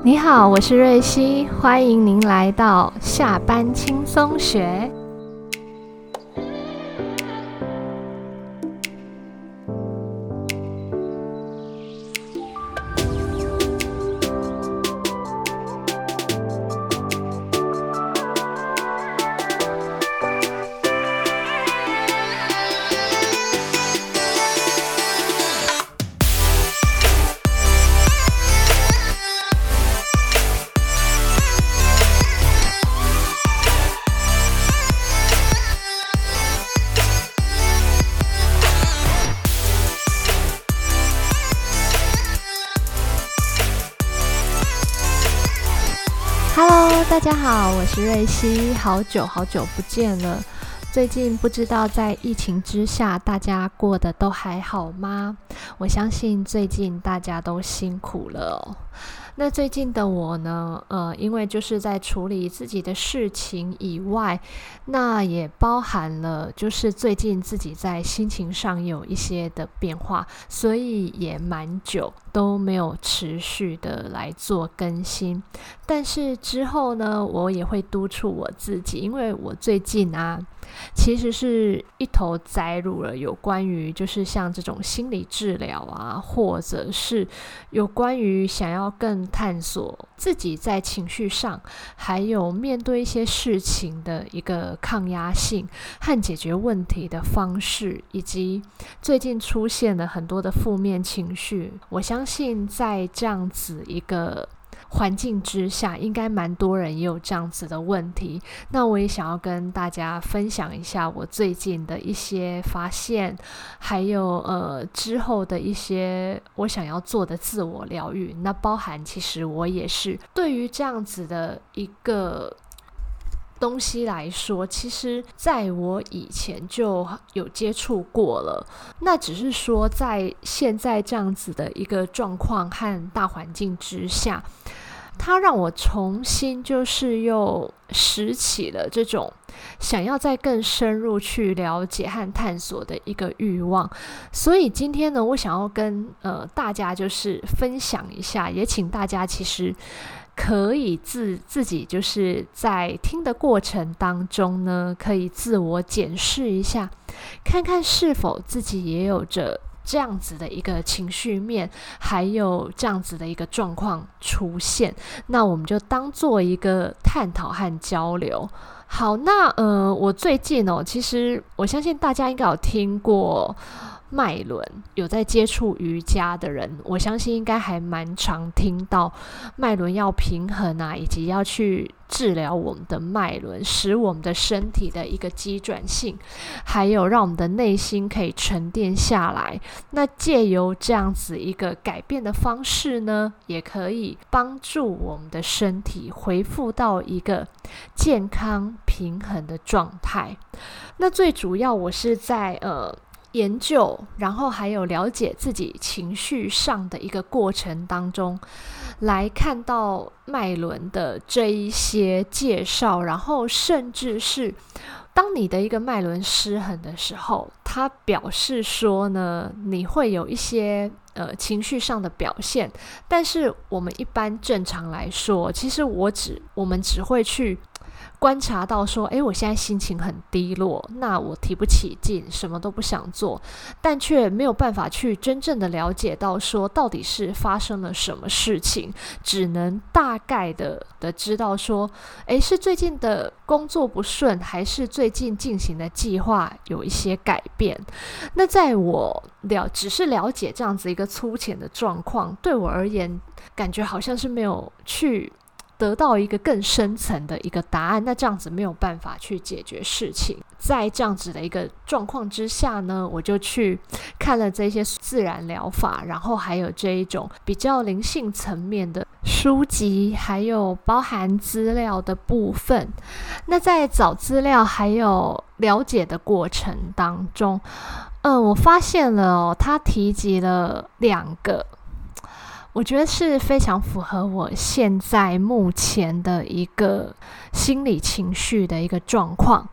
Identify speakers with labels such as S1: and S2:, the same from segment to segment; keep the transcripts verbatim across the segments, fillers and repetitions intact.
S1: 你好，我是瑞希，欢迎您来到下班轻松学。Hello， 大家好，我是瑞希，好久好久不见了。最近不知道在疫情之下，大家过得都还好吗？我相信最近大家都辛苦了哦。那最近的我呢，呃，因为就是在处理自己的事情以外，那也包含了就是最近自己在心情上有一些的变化，所以也蛮久都没有持续的来做更新。但是之后呢，我也会督促我自己，因为我最近啊，其实是一头栽入了有关于就是像这种心理治疗啊，或者是有关于想要更探索自己在情绪上，还有面对一些事情的一个抗压性和解决问题的方式，以及最近出现了很多的负面情绪。我相信在这样子一个环境之下，应该蛮多人也有这样子的问题。那我也想要跟大家分享一下我最近的一些发现，还有呃之后的一些我想要做的自我疗愈。那包含其实我也是对于这样子的一个东西来说，其实在我以前就有接触过了，那只是说在现在这样子的一个状况和大环境之下，它让我重新就是又拾起了这种想要再更深入去了解和探索的一个欲望。所以今天呢，我想要跟呃大家就是分享一下，也请大家其实可以自自己就是在听的过程当中呢，可以自我检视一下，看看是否自己也有着这样子的一个情绪面，还有这样子的一个状况出现。那我们就当做一个探讨和交流。好，那呃，我最近哦，其实我相信大家应该有听过脉轮，有在接触瑜伽的人，我相信应该还蛮常听到脉轮要平衡啊，以及要去治疗我们的脉轮，使我们的身体的一个机转性，还有让我们的内心可以沉淀下来。那借由这样子一个改变的方式呢，也可以帮助我们的身体恢复到一个健康平衡的状态。那最主要我是在呃研究，然后还有了解自己情绪上的一个过程当中，来看到脉轮的这一些介绍，然后甚至是当你的一个脉轮失衡的时候，它表示说呢，你会有一些呃情绪上的表现。但是我们一般正常来说，其实我只我们只会去观察到说，诶，我现在心情很低落，那我提不起劲，什么都不想做，但却没有办法去真正的了解到说到底是发生了什么事情，只能大概的的知道说，诶，是最近的工作不顺，还是最近进行的计划有一些改变。那在我了只是了解这样子一个粗浅的状况，对我而言，感觉好像是没有去得到一个更深层的一个答案，那这样子没有办法去解决事情。在这样子的一个状况之下呢，我就去看了这些自然疗法，然后还有这一种比较灵性层面的书籍，还有包含资料的部分。那在找资料还有了解的过程当中，嗯，我发现了哦，他提及了两个我觉得是非常符合我现在目前的一个心理情绪的一个状况。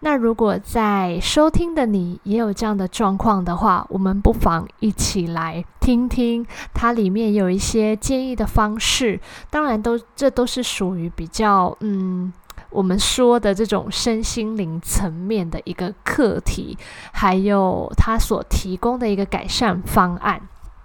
S1: 那如果在收听的你也有这样的状况的话，我们不妨一起来听听它里面有一些建议的方式。当然都这都是属于比较嗯我们说的这种身心灵层面的一个课题，还有它所提供的一个改善方案。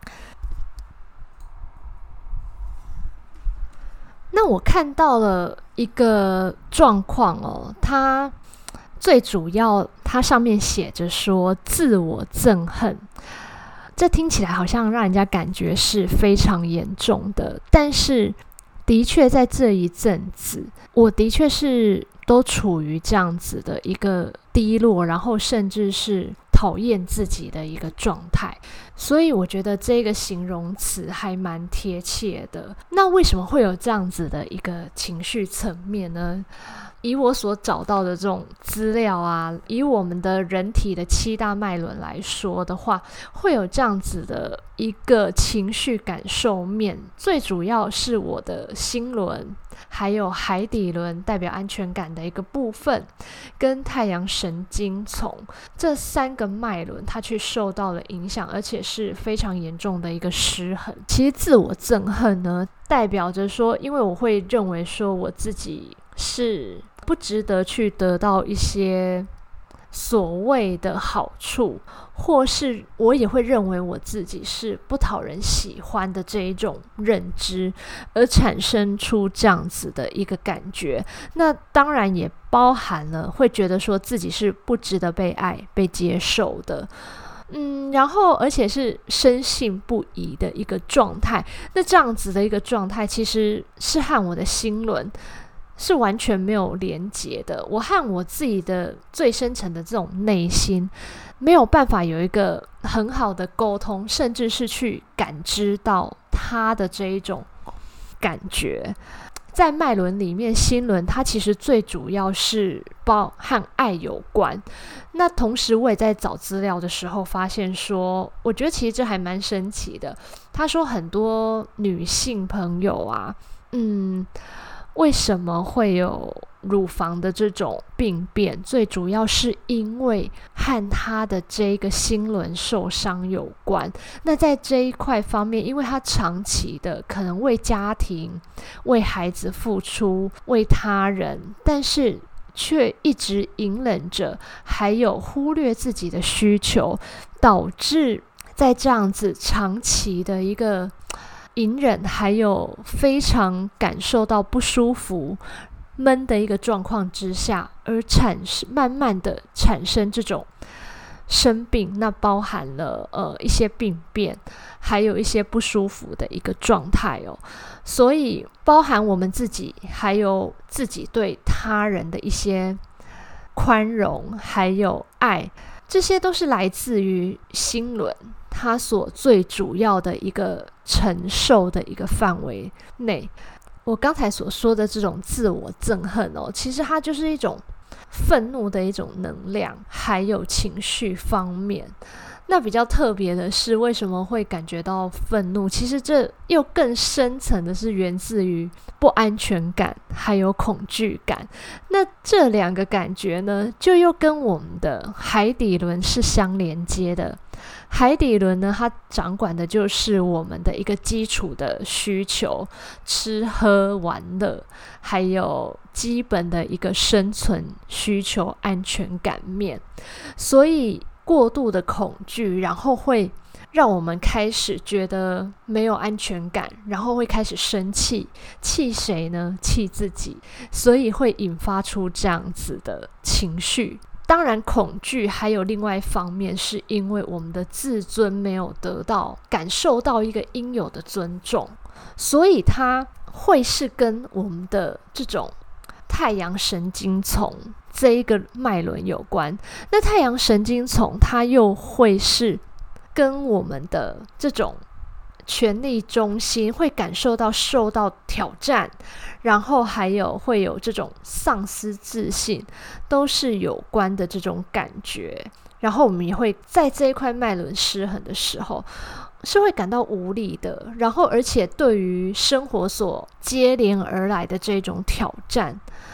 S1: 那我看到了一个状况哦，它最主要它上面写着说自我憎恨，这听起来好像让人家感觉是非常严重的，但是的确在这一阵子，我的确是都处于这样子的一个低落，然后甚至是讨厌自己的一个状态，所以我觉得这个形容词还蛮贴切的。那为什么会有这样子的一个情绪层面呢？以我所找到的这种资料啊，以我们的人体的七大脉轮来说的话，会有这样子的一个情绪感受面，最主要是我的心轮，还有海底轮代表安全感的一个部分，跟太阳神经丛这三个脉轮它去受到了影响，而且是非常严重的一个失衡。其实自我憎恨呢，代表着说，因为我会认为说我自己是不值得去得到一些所谓的好处，或是我也会认为我自己是不讨人喜欢的这一种认知，而产生出这样子的一个感觉。那当然也包含了会觉得说自己是不值得被爱、被接受的。嗯，然后而且是深信不疑的一个状态。那这样子的一个状态其实是和我的心轮是完全没有连结的，我和我自己的最深层的这种内心没有办法有一个很好的沟通，甚至是去感知到他的这一种感觉。在脉轮里面，心轮它其实最主要是包和爱有关。那同时我也在找资料的时候发现说，我觉得其实这还蛮神奇的。他说很多女性朋友啊，嗯为什么会有乳房的这种病变？最主要是因为和他的这个心轮受伤有关。那在这一块方面，因为他长期的可能为家庭、为孩子付出，为他人，但是却一直隐忍着，还有忽略自己的需求，导致在这样子长期的一个隐忍，还有非常感受到不舒服、闷的一个状况之下，而产生慢慢的产生这种生病，那包含了呃一些病变，还有一些不舒服的一个状态哦。所以包含我们自己，还有自己对他人的一些宽容，还有爱，这些都是来自于心轮它所最主要的一个承受的一个范围内。我刚才所说的这种自我憎恨哦，其实它就是一种愤怒的一种能量，还有情绪方面。那比较特别的是，为什么会感觉到愤怒？其实这又更深层的是源自于不安全感，还有恐惧感。那这两个感觉呢，就又跟我们的海底轮是相连接的。海底轮呢，它掌管的就是我们的一个基础的需求，吃喝玩乐，还有基本的一个生存需求、安全感面。所以过度的恐惧，然后会让我们开始觉得没有安全感，然后会开始生气。气谁呢？气自己。所以会引发出这样子的情绪。当然恐惧还有另外一方面，是因为我们的自尊没有得到感受到一个应有的尊重，所以它会是跟我们的这种太阳神经丛这一个脉轮有关。那太阳神经丛它又会是跟我们的这种权力中心会感受到受到挑战，然后还有会有这种丧失自信，都是有关的这种感觉。然后我们也会在这一块脉轮失衡的时候是会感到无力的，然后而且对于生活所接连而来的这种挑战，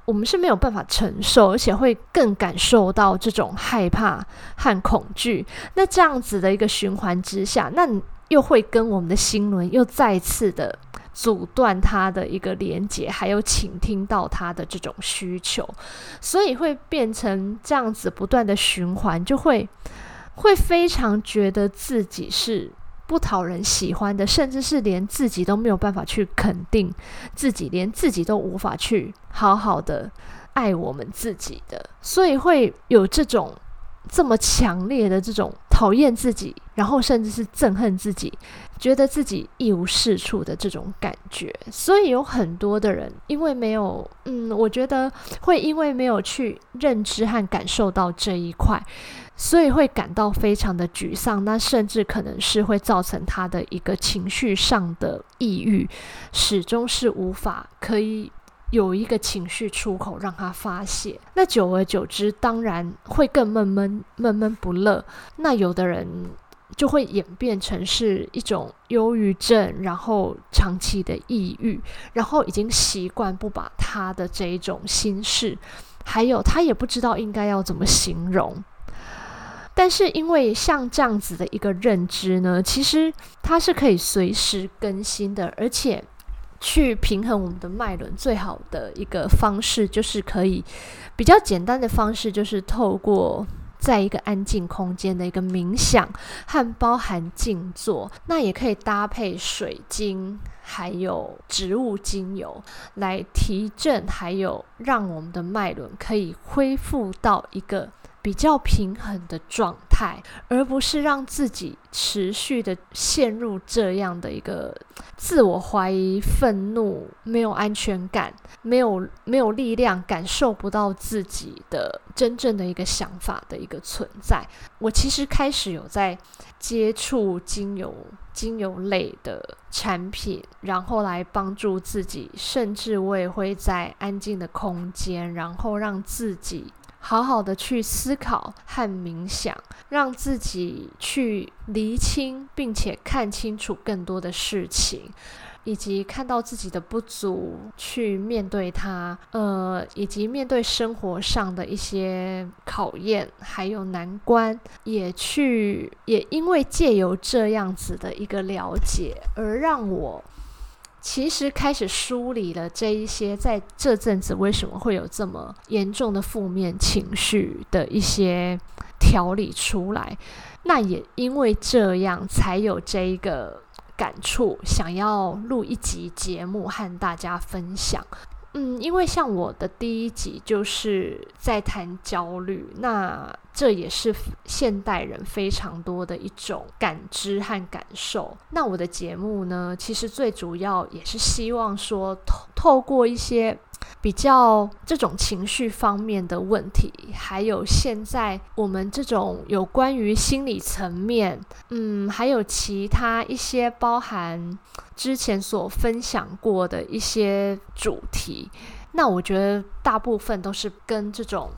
S1: 我们是没有办法承受，而且会更感受到这种害怕和恐惧。那这样子的一个循环之下，那又会跟我们的心轮又再次的阻断它的一个连结，还有倾听到它的这种需求，所以会变成这样子不断的循环，就会会非常觉得自己是不讨人喜欢的，甚至是连自己都没有办法去肯定自己，连自己都无法去好好的爱我们自己的，所以会有这种这么强烈的这种讨厌自己，然后甚至是憎恨自己，觉得自己一无是处的这种感觉。所以有很多的人因为没有嗯，我觉得会因为没有去认知和感受到这一块，所以会感到非常的沮丧，那甚至可能是会造成他的一个情绪上的抑郁，始终是无法可以有一个情绪出口让他发泄。那久而久之当然会更闷闷闷闷不乐，那有的人就会演变成是一种忧郁症，然后长期的抑郁，然后已经习惯不把他的这一种心事，还有他也不知道应该要怎么形容。但是因为像这样子的一个认知呢，其实它是可以随时更新的，而且去平衡我们的脉轮最好的一个方式，就是可以比较简单的方式，就是透过在一个安静空间的一个冥想和包含静坐，那也可以搭配水晶还有植物精油来提振，还有让我们的脉轮可以恢复到一个比较平衡的状态，而不是让自己持续的陷入这样的一个自我怀疑、愤怒、没有安全感、没有没有力量，感受不到自己的真正的一个想法的一个存在。我其实开始有在接触精油精油类的产品，然后来帮助自己，甚至我也会在安静的空间，然后让自己好好的去思考和冥想，让自己去厘清并且看清楚更多的事情，以及看到自己的不足，去面对它，呃，以及面对生活上的一些考验还有难关，也去也因为借由这样子的一个了解，而让我其实开始梳理了这一些在这阵子为什么会有这么严重的负面情绪的一些条理出来。那也因为这样才有这一个感触，想要录一集节目和大家分享。嗯，因为像我的第一集就是在谈焦虑，那这也是现代人非常多的一种感知和感受。那我的节目呢，其实最主要也是希望说透透过一些比较这种情绪方面的问题，还有现在我们这种有关于心理层面，嗯，还有其他一些包含之前所分享过的一些主题，那我觉得大部分都是跟这种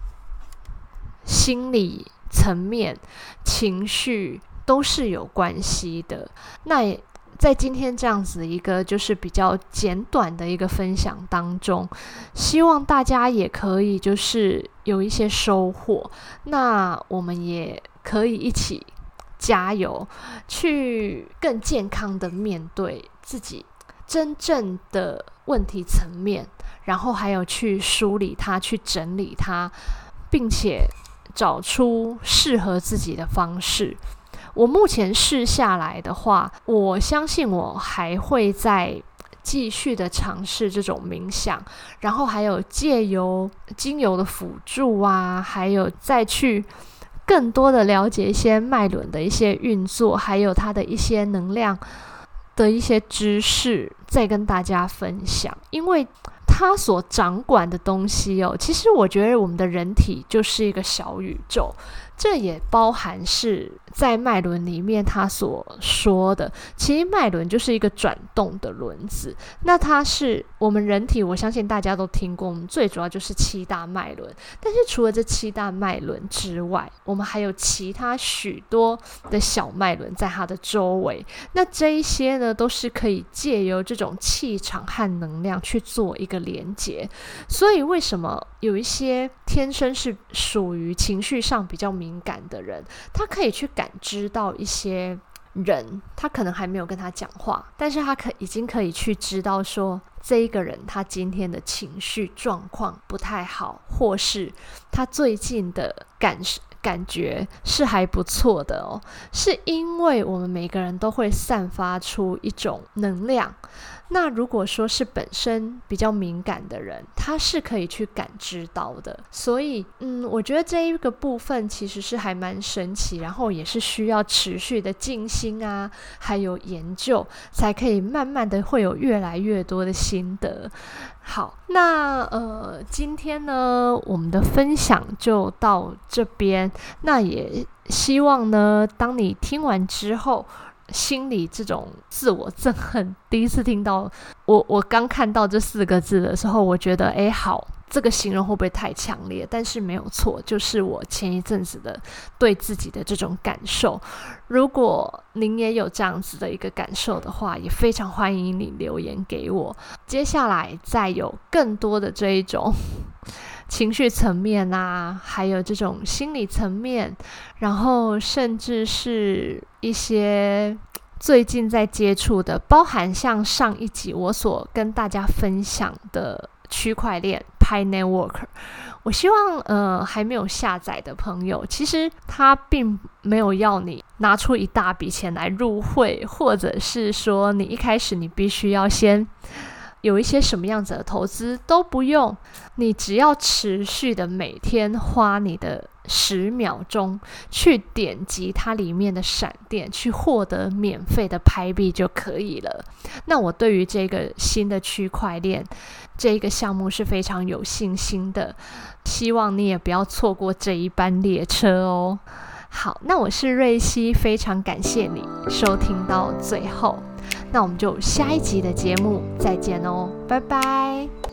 S1: 心理层面、情绪都是有关系的。那也在今天这样子一个就是比较简短的一个分享当中，希望大家也可以就是有一些收获，那我们也可以一起加油，去更健康的面对自己真正的问题层面，然后还有去梳理它，去整理它，并且找出适合自己的方式。我目前试下来的话，我相信我还会再继续的尝试这种冥想，然后还有借由精油的辅助啊，还有再去更多的了解一些脉轮的一些运作，还有它的一些能量的一些知识，再跟大家分享。因为它所掌管的东西哦，其实我觉得我们的人体就是一个小宇宙， 这也包含是在脉轮里面他所说的，其实脉轮就是一个转动的轮子，那它是我们人体，我相信大家都听过，我们最主要就是七大脉轮，但是除了这七大脉轮之外，我们还有其他许多的小脉轮在它的周围，那这一些呢都是可以借由这种气场和能量去做一个连接。所以为什么有一些天生是属于情绪上比较敏感的人，他可以去感知到一些人，他可能还没有跟他讲话，但是他可已经可以去知道说这一个人他今天的情绪状况不太好，或是他最近的感感觉是还不错的哦，是因为我们每个人都会散发出一种能量。那如果说是本身比较敏感的人，他是可以去感知到的，所以嗯，我觉得这一个部分其实是还蛮神奇，然后也是需要持续的静心啊，还有研究，才可以慢慢的会有越来越多的心得。好，那呃，今天呢，我们的分享就到这边。那也希望呢，当你听完之后，心里这种自我憎恨，第一次听到我我刚看到这四个字的时候，我觉得哎好，这个形容会不会太强烈？但是没有错，就是我前一阵子的对自己的这种感受。如果您也有这样子的一个感受的话，也非常欢迎你留言给我。接下来再有更多的这一种情绪层面啊，还有这种心理层面，然后甚至是一些最近在接触的，包含像上一集我所跟大家分享的区块链 Pi Network， 我希望呃还没有下载的朋友，其实它并没有要你拿出一大笔钱来入会，或者是说你一开始你必须要先有一些什么样子的投资，都不用，你只要持续的每天花你的十秒钟去点击它里面的闪电，去获得免费的拍币就可以了。那我对于这个新的区块链这个项目是非常有信心的，希望你也不要错过这一班列车哦。好，那我是瑞希，非常感谢你收听到最后，那我们就下一集的节目再见哦，拜拜。